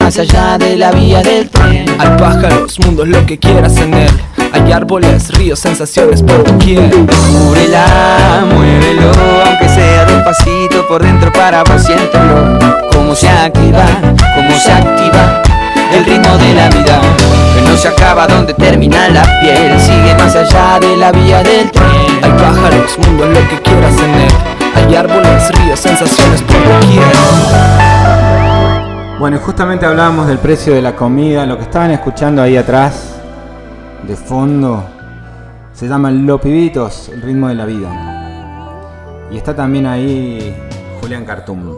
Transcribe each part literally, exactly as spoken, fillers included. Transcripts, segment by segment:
más allá de la vía del tren. Hay pájaros, mundos, lo que quieras en él. Hay árboles, ríos, sensaciones por doquier. Descúbrela, muévelo, aunque sea despacito por dentro para vos siéntelo. Cómo se activa, cómo se activa el ritmo de la vida, que no se acaba donde termina la piel, sigue más allá de la vía del tren. Hay pájaros, mundos, lo que quieras en él. Hay árboles, ríos, sensaciones por doquier. Bueno, y justamente hablábamos del precio de la comida. Lo que estaban escuchando ahí atrás, de fondo, se llama Los Pibitos, el ritmo de la vida. Y está también ahí Julián Cartum.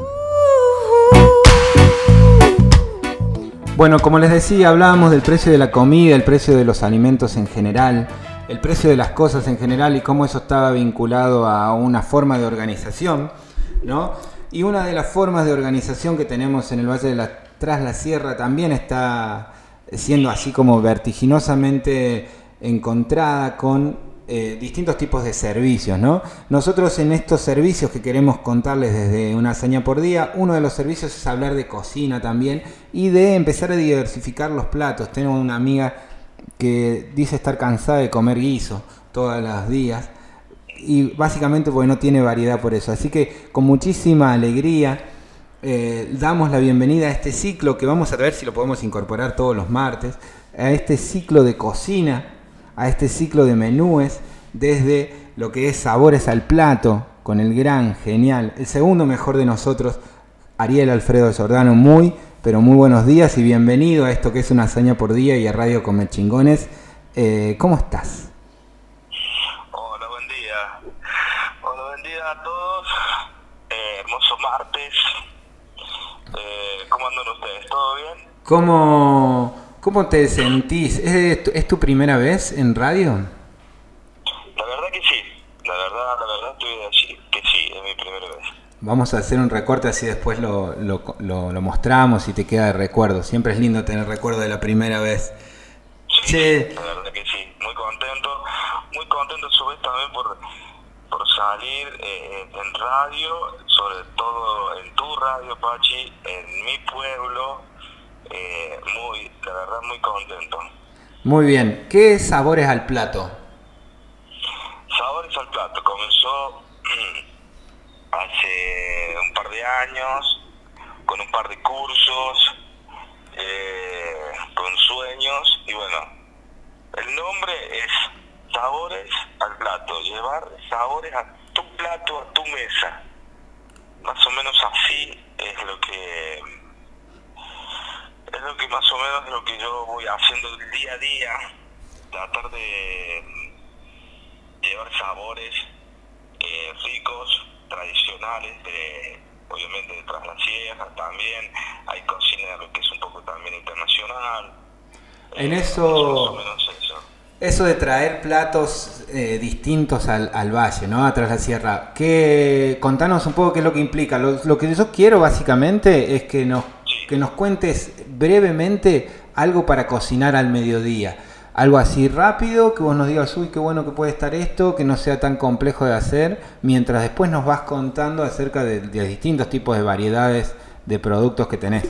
Bueno, como les decía, hablábamos del precio de la comida, el precio de los alimentos en general, el precio de las cosas en general y cómo eso estaba vinculado a una forma de organización, ¿no? Y una de las formas de organización que tenemos en el Valle de la Tras la Sierra también está siendo así como vertiginosamente encontrada con eh, distintos tipos de servicios, ¿no? Nosotros en estos servicios que queremos contarles desde Una Hazaña por Día, uno de los servicios es hablar de cocina también y de empezar a diversificar los platos. Tengo una amiga que dice estar cansada de comer guiso todos los días y básicamente porque no tiene variedad por eso. Así que con muchísima alegría eh, damos la bienvenida a este ciclo que vamos a ver si lo podemos incorporar todos los martes, a este ciclo de cocina, a este ciclo de menúes, desde lo que es Sabores al Plato, con el gran, genial, el segundo mejor de nosotros, Ariel Alfredo Giordano. Muy, pero muy buenos días y bienvenido a esto que es Una Hazaña por Día y a Radio Comer Chingones. Eh, ¿Cómo estás? Hola, buen día. Hola, buen día a todos. Eh, hermoso martes. Eh, ¿Cómo andan ustedes? ¿Todo bien? ¿Cómo, cómo te sentís? ¿Es tu, ¿Es tu primera vez en radio? La verdad que sí. La verdad, la verdad estoy de allí que sí, es mi primera vez. Vamos a hacer un recorte así después lo, lo, lo, lo mostramos y te queda de recuerdo. Siempre es lindo tener recuerdo de la primera vez. Sí, che. la verdad que sí. Muy contento. Muy contento a su vez también por, por salir eh, en radio, sobre todo en tu radio, Pachi, en mi pueblo. Eh, muy, la verdad, muy contento. Muy bien. ¿Qué Sabores al Plato? Sabores al Plato comenzó hace un par de años con un par de cursos, eh, con sueños, y bueno, el nombre es Sabores al Plato, llevar sabores a tu plato, a tu mesa. Más o menos así es lo que es lo que más o menos lo que yo voy haciendo día a día, tratar de llevar sabores eh, ricos, tradicionales, de, obviamente de Tras la Sierra también. Hay cocina lo que es un poco también internacional. En eh, eso, más o menos eso. Eso de traer platos eh, distintos al, al valle, ¿no? A Tras la Sierra. ¿Qué, contanos un poco qué es lo que implica. Lo, lo que yo quiero básicamente es que nos, Sí. que nos cuentes brevemente algo para cocinar al mediodía. Algo así rápido, que vos nos digas, uy, qué bueno que puede estar esto, que no sea tan complejo de hacer, mientras después nos vas contando acerca de, de distintos tipos de variedades de productos que tenés.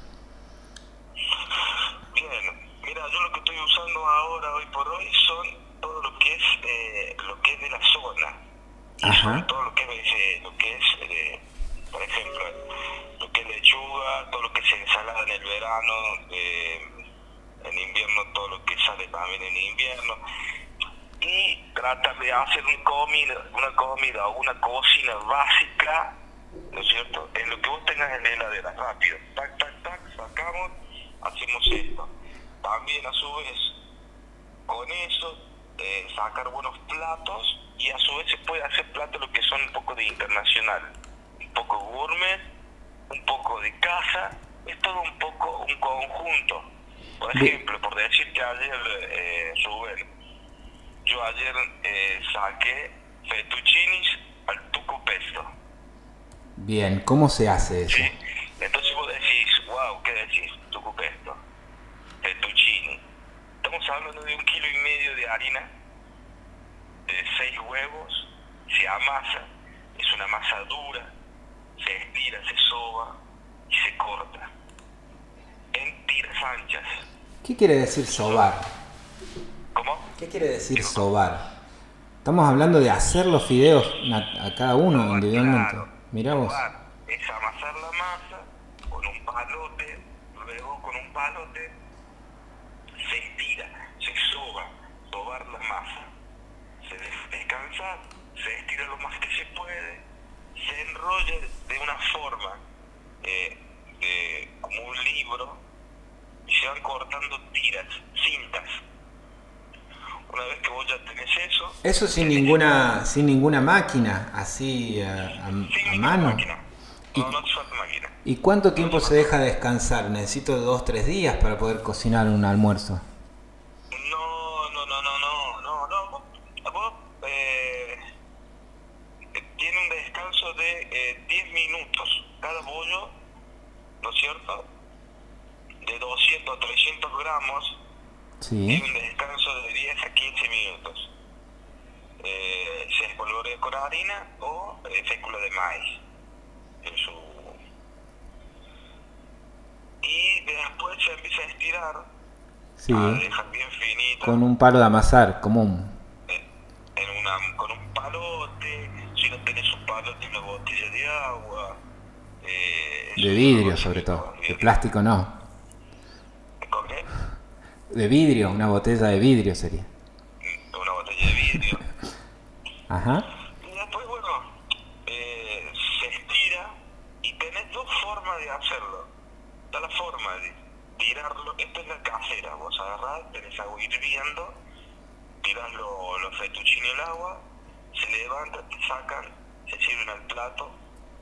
Bien, mira, yo lo que estoy usando ahora, hoy por hoy, son todo lo que es eh, lo que es de la zona. Y Ajá. sobre todo lo que es, eh, lo que es eh, por ejemplo, lo que es lechuga, todo lo que es ensalada en el verano, eh, en invierno todo lo que sale también en invierno, y tratar de hacer una comida, una comida o una cocina básica, ¿no es cierto?, en lo que vos tengas en la heladera, rápido, tac, tac, tac, sacamos, hacemos esto. También a su vez, con eso, eh, sacar buenos platos, y a su vez se puede hacer platos lo que son un poco de internacional, un poco gourmet, un poco de casa, es todo un poco un conjunto. Por ejemplo, por decirte ayer, eh, Rubén, yo ayer eh, saqué fettuccinis al tuco pesto. Bien, ¿cómo se hace eso? Sí, entonces vos decís, wow, ¿qué decís? Tuco pesto, fettuccini. Estamos hablando de un kilo y medio de harina, de seis huevos, se amasa, es una masa dura, se estira, se soba y se corta. En anchas. ¿Qué quiere decir sobar? ¿Cómo? ¿Qué quiere decir sobar? Estamos hablando de hacer los fideos a, a cada uno Sobar, individualmente. claro. Mirá vos. Sobar es amasar la masa con un palote, luego con un palote se estira, se soba, sobar la masa. Se des- descansa, se estira lo más que se puede, se enrolla de una forma eh, de, como un libro y se van cortando tiras, cintas. Una vez que vos ya tenés eso... Eso sin ninguna sin ninguna máquina, así a, a- sin a ninguna mano. máquina. ¿Y, No, no te falta máquina. ¿Y cuánto tiempo se deja descansar? Necesito dos, tres días para poder cocinar un almuerzo. No, no, no, no, no, no, no. Vos, vos, eh, tiene un descanso de eh, diez minutos cada bollo, ¿no es cierto? De doscientos a trescientos gramos, Sí. tiene un descanso de diez a quince minutos. Eh, se espolvorea con harina o eh, fécula de maíz en su... Y después se empieza a estirar, Sí. a dejar bien finita. Con un palo de amasar común. En una, con un palote, si no tenés un palote, una botella de agua. Eh, De vidrio sobre todo. De plástico no. ¿Con qué? De vidrio, una botella de vidrio sería. Una botella de vidrio. Ajá. Y después, bueno, eh, se estira y tenés dos formas de hacerlo. Está la forma de tirarlo, esta es la casera, vos agarrás, tenés agua hirviendo, tirás los lo fettuccini al agua, se levantan, te sacan, se sirven al plato.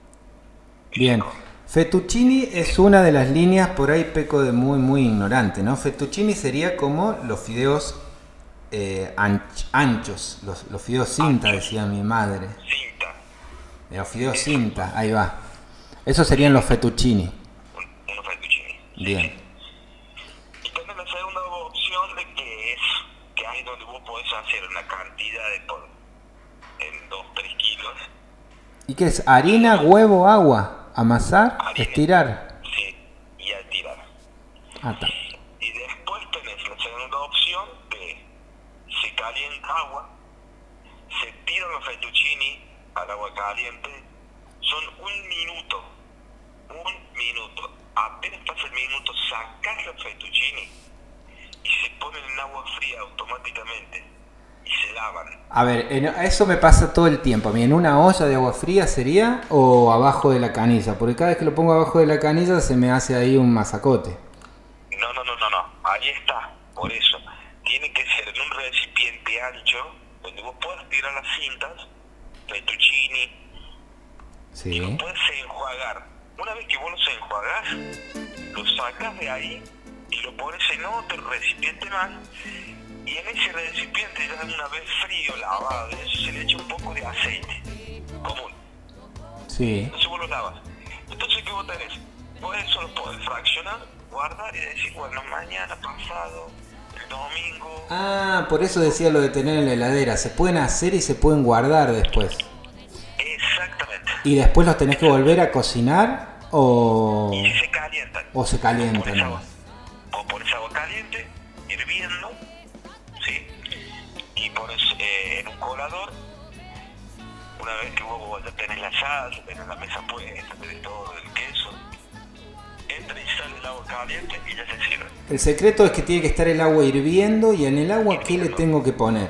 y Bien. se comen. Fettuccini es una de las líneas, por ahí peco de muy, muy ignorante, ¿no? Fettuccini sería como los fideos eh, anch- anchos, los, los fideos cinta, decía mi madre. Cinta, Eh, Los fideos cinta, ahí va. Esos serían los fettuccini. un- unos fettuccini. Bien. Y tenés la segunda opción de que es, que hay donde vos podés hacer una cantidad de por, en dos, tres kilos. ¿Y qué es? Harina, huevo, agua. Amasar, Harina. estirar. Sí, y al tirar. Ah, está. Y después tenés la segunda opción de se calienta agua, se tiran los fettuccini al agua caliente, son un minuto, un minuto. Apenas pasa el minuto, sacás los fettuccini y se ponen en agua fría automáticamente y se lavan. A ver, en- eso me pasa todo el tiempo. A mí, ¿en una olla de agua fría sería o abajo de la canilla? Porque cada vez que lo pongo abajo de la canilla se me hace ahí un masacote. No, no, no, no, no, ahí está, por eso. Tiene que ser en un recipiente ancho, donde vos puedas tirar las cintas, fettuccini, y Sí. lo puedes enjuagar. Una vez que vos los enjuagás, lo sacas de ahí y lo pones en otro recipiente más, y en ese recipiente ya una vez frío, lavado, eso se le echa un poco de aceite común. Sí. Entonces vos lo lavas. Entonces, ¿qué vos tenés? Vos eso lo podés fraccionar, guardar y decir, bueno, mañana, pasado, el domingo. Ah, por eso decía lo de tener en la heladera. Se pueden hacer y se pueden guardar después. Exactamente. ¿Y después los tenés que volver a cocinar o, Y si se calientan. o se Vos calientan? pones agua, nomás? vos pones agua caliente, hirviendo, ¿sí? Y pones eh, en un colador. Una vez que vos ya tenés la salsa, tenés la mesa puesta, tenés todo el queso, entra y sale el agua caliente y ya se sirve. El secreto es que tiene que estar el agua hirviendo y en el agua ¿qué le tengo que poner?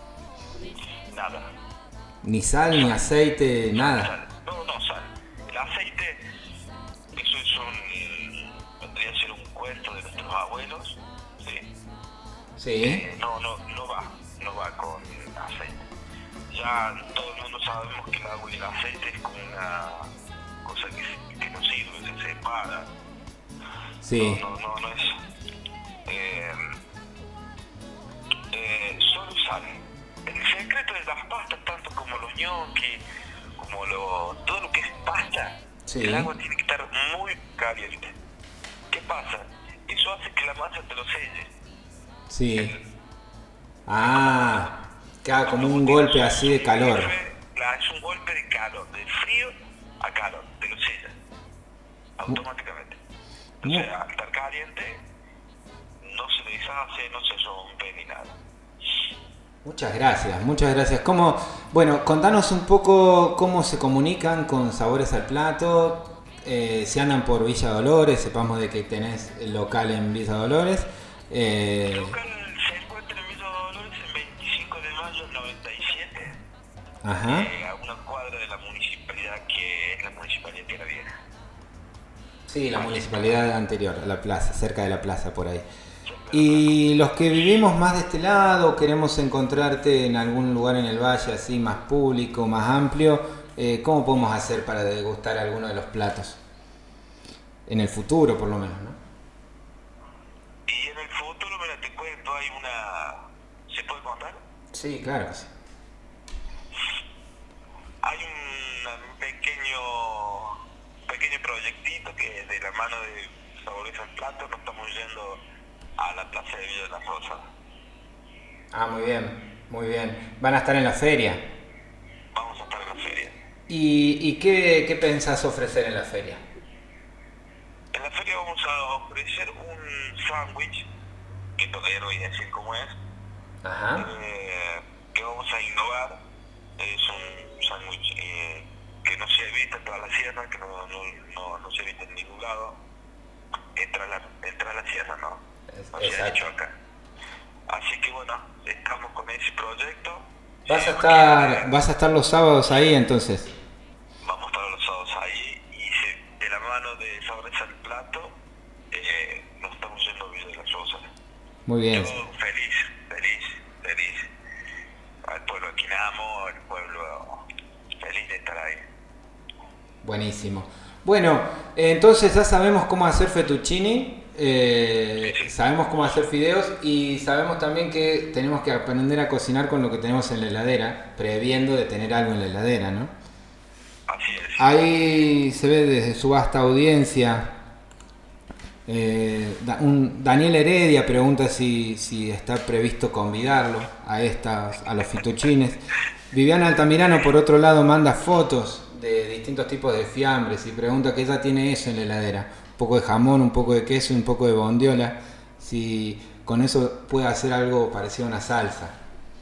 Nada. Ni sal, ni aceite, nada. Sal. No, no, sal. El aceite, eso es un, vendría a ser un cuento de nuestros abuelos, ¿sí? Sí. Eh, no, no, no va, no va con aceite. Ya todo el mundo sabemos que el agua y el aceite es como una cosa que, que no sirve, se separa. Sí. No, no, no, no es. Eh, eh, solo sal. El secreto de las pastas, tanto como los gnocchi, como lo, todo lo que es pasta, Sí. el agua tiene que estar muy caliente. ¿Qué pasa? Eso hace que la masa te lo selle. Sí. Ah, queda como un golpe así de calor. La- Es un golpe de calor, de frío a calor, te lo sella automáticamente. Entonces, No. al estar caliente, no se deshace, no se rompe ni nada. Muchas gracias, muchas gracias. ¿Cómo, bueno, contanos un poco cómo se comunican con Sabores al Plato, eh, si andan por Villa Dolores, sepamos de que tenés el local en Villa Dolores. Eh... El local se encuentra en Villa Dolores en veinticinco de mayo del noventa y siete, Ajá. Eh, a una cuadra de la municipalidad, que es la municipalidad Tierra Vieja. Sí, la municipalidad anterior, a la plaza, cerca de la plaza por ahí. Y los que vivimos más de este lado, queremos encontrarte en algún lugar en el valle así más público, más amplio, eh, ¿cómo podemos hacer para degustar alguno de los platos? En el futuro, por lo menos, ¿no? Y en el futuro, mira, te cuento, hay una... ¿Se puede contar? Sí, claro que sí. Hay un, un pequeño pequeño proyectito que de la mano de Sabores al Plato nos estamos yendo a la Plaza de Villa de las Rosas. Ah, muy bien, muy bien. ¿Van a estar en la feria? Vamos a estar en la feria. ¿Y, y qué, qué pensás ofrecer en la feria? En la feria vamos a ofrecer un sándwich, que todavía no voy a decir cómo es, Ajá. eh, que vamos a innovar. Es un sándwich eh, que no se evita en toda la sierra, que no, no, no, no se evita en ningún lado. Entra a la, entra a la sierra, no. No se ha hecho acá. Así que bueno, estamos con ese proyecto. ¿Vas a Eh, estar, vas a estar los sábados ahí entonces? Vamos a estar los sábados ahí y se, de la mano de Sabores al Plato eh, nos estamos yendo a Villa de las Rosas. Muy bien. Yo feliz, feliz, feliz. Al pueblo Aquinamo, al pueblo feliz de estar ahí. Buenísimo. Bueno, entonces ya sabemos cómo hacer fettuccini, eh, Sí, sí. sabemos cómo hacer fideos y sabemos también que tenemos que aprender a cocinar con lo que tenemos en la heladera, previendo de tener algo en la heladera, ¿no? Así es. Ahí se ve desde su vasta audiencia. Eh, da- un, Daniel Heredia pregunta si, si está previsto convidarlo a estas, a los fettuccines. Viviana Altamirano, por otro lado, manda fotos de distintos tipos de fiambres y pregunta que ella tiene eso en la heladera. Un poco de jamón, un poco de queso y un poco de bondiola. Si con eso puede hacer algo parecido a una salsa.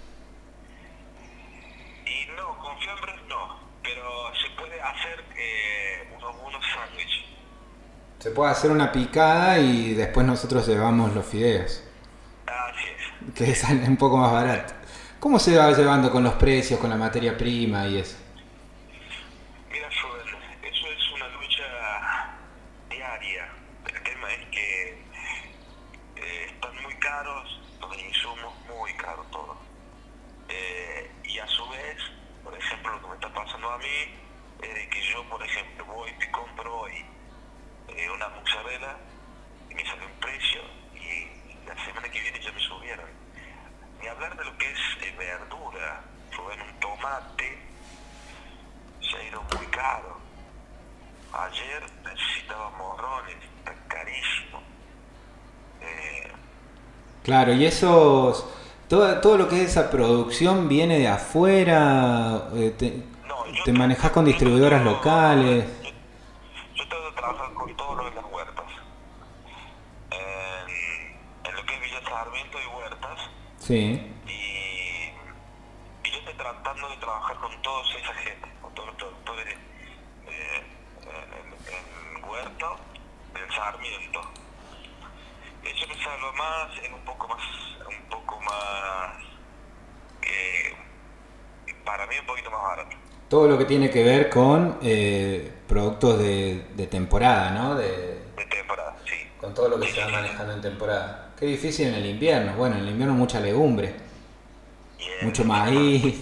Y no, con fiambres no, pero se puede hacer eh, unos, unos sándwiches. Se puede hacer una picada y después nosotros llevamos los fideos, Así es. que sale un poco más barato. ¿Cómo se va llevando con los precios, con la materia prima y eso? Mira, Rubén, eso es una lucha diaria. El tema es que eh, están muy caros los insumos, muy caros todo. Eh, y a su vez, por ejemplo, lo que me está pasando a mí es de que yo, por ejemplo, voy y compro hoy eh, una mozzarella y me sale un precio y la semana que viene ya me subieron. Ni hablar de lo que es eh, verdura, Rubén, un tomate se ha ido muy caro. Ayer necesitaba morrones, está carísimo. Eh, Claro, y esos, todo, todo lo que es esa producción viene de afuera, eh, te, no, yo te tra- manejas con yo distribuidoras trato- locales. Yo, yo trato de trabajar con todo lo de las huertas. En, en lo que es Villa Sarmiento y huertas. Sí, Y, y yo estoy tratando de trabajar con toda esa gente, con todos los productores eh, en, en Huerto, del Sarmiento. Eso me salva más, es un poco más, un poco más, que para mí un poquito más barato. todo lo que tiene que ver con eh, productos de, de temporada, ¿no? De, De temporada, sí. con todo lo que Sí, se va sí, sí. manejando en temporada. Qué difícil en el invierno. Bueno, en el invierno mucha legumbre, Y en- mucho maíz.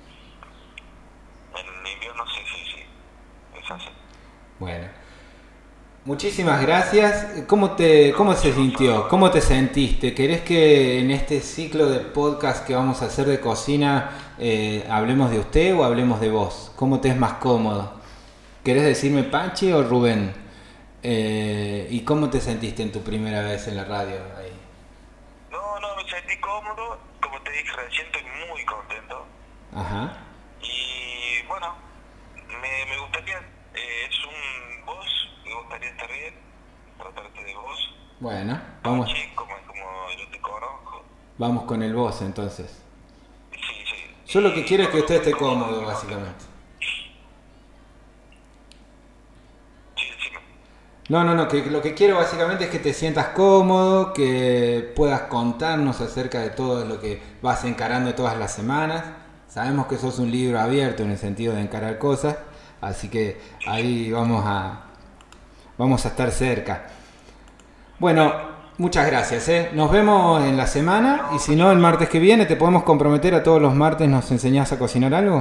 En invierno sí, sí, sí. Es así. Bueno, muchísimas gracias. ¿Cómo te, cómo se sintió? ¿Cómo te sentiste? ¿Querés que en este ciclo de podcast que vamos a hacer de cocina eh, hablemos de usted o hablemos de vos? ¿Cómo te es más cómodo? ¿Querés decirme Pachi o Rubén? Eh, ¿Y cómo te sentiste en tu primera vez en la radio ahí? No, no, me sentí cómodo. Como te dije recién, estoy muy contento. Ajá. Y bueno, me, me gustaría, eh, es un vos, me gustaría estar bien, tratarte de vos. Bueno, vamos. Pachi, como, como Vamos con el vos entonces. Sí, sí. Yo lo que quiero es que usted esté cómodo, básicamente. Sí, sí. No, no, no, que lo que quiero básicamente es que te sientas cómodo, que puedas contarnos acerca de todo lo que vas encarando todas las semanas. Sabemos que sos un libro abierto en el sentido de encarar cosas, así que ahí vamos a, vamos a estar cerca. Bueno, muchas gracias, ¿eh? Nos vemos en la semana y si no, el martes que viene, ¿te podemos comprometer a todos los martes nos enseñás a cocinar algo?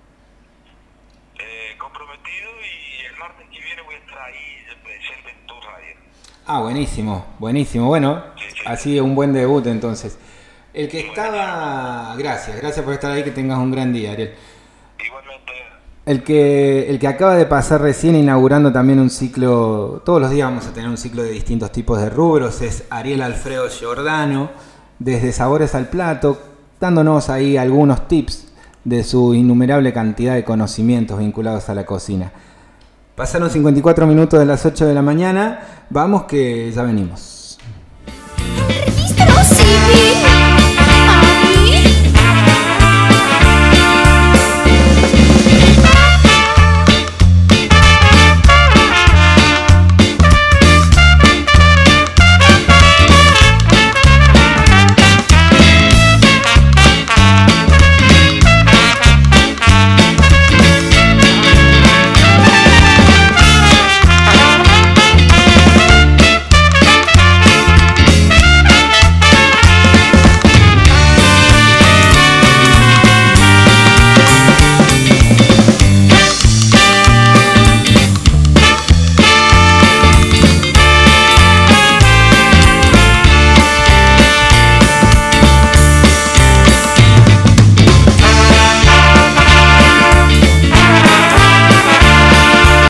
Eh, comprometido y el martes que viene voy a estar ahí presente en tu radio. Ah, buenísimo, buenísimo. Bueno, Sí, sí. así un buen debut entonces. El que estaba... Gracias, gracias por estar ahí, que tengas un gran día, Ariel. Igualmente. El que, el que acaba de pasar recién inaugurando también un ciclo, todos los días vamos a tener un ciclo de distintos tipos de rubros, es Ariel Alfredo Giordano, desde Sabores al Plato, dándonos ahí algunos tips de su innumerable cantidad de conocimientos vinculados a la cocina. Pasaron cincuenta y cuatro minutos de las ocho de la mañana, vamos que ya venimos. Registro civil.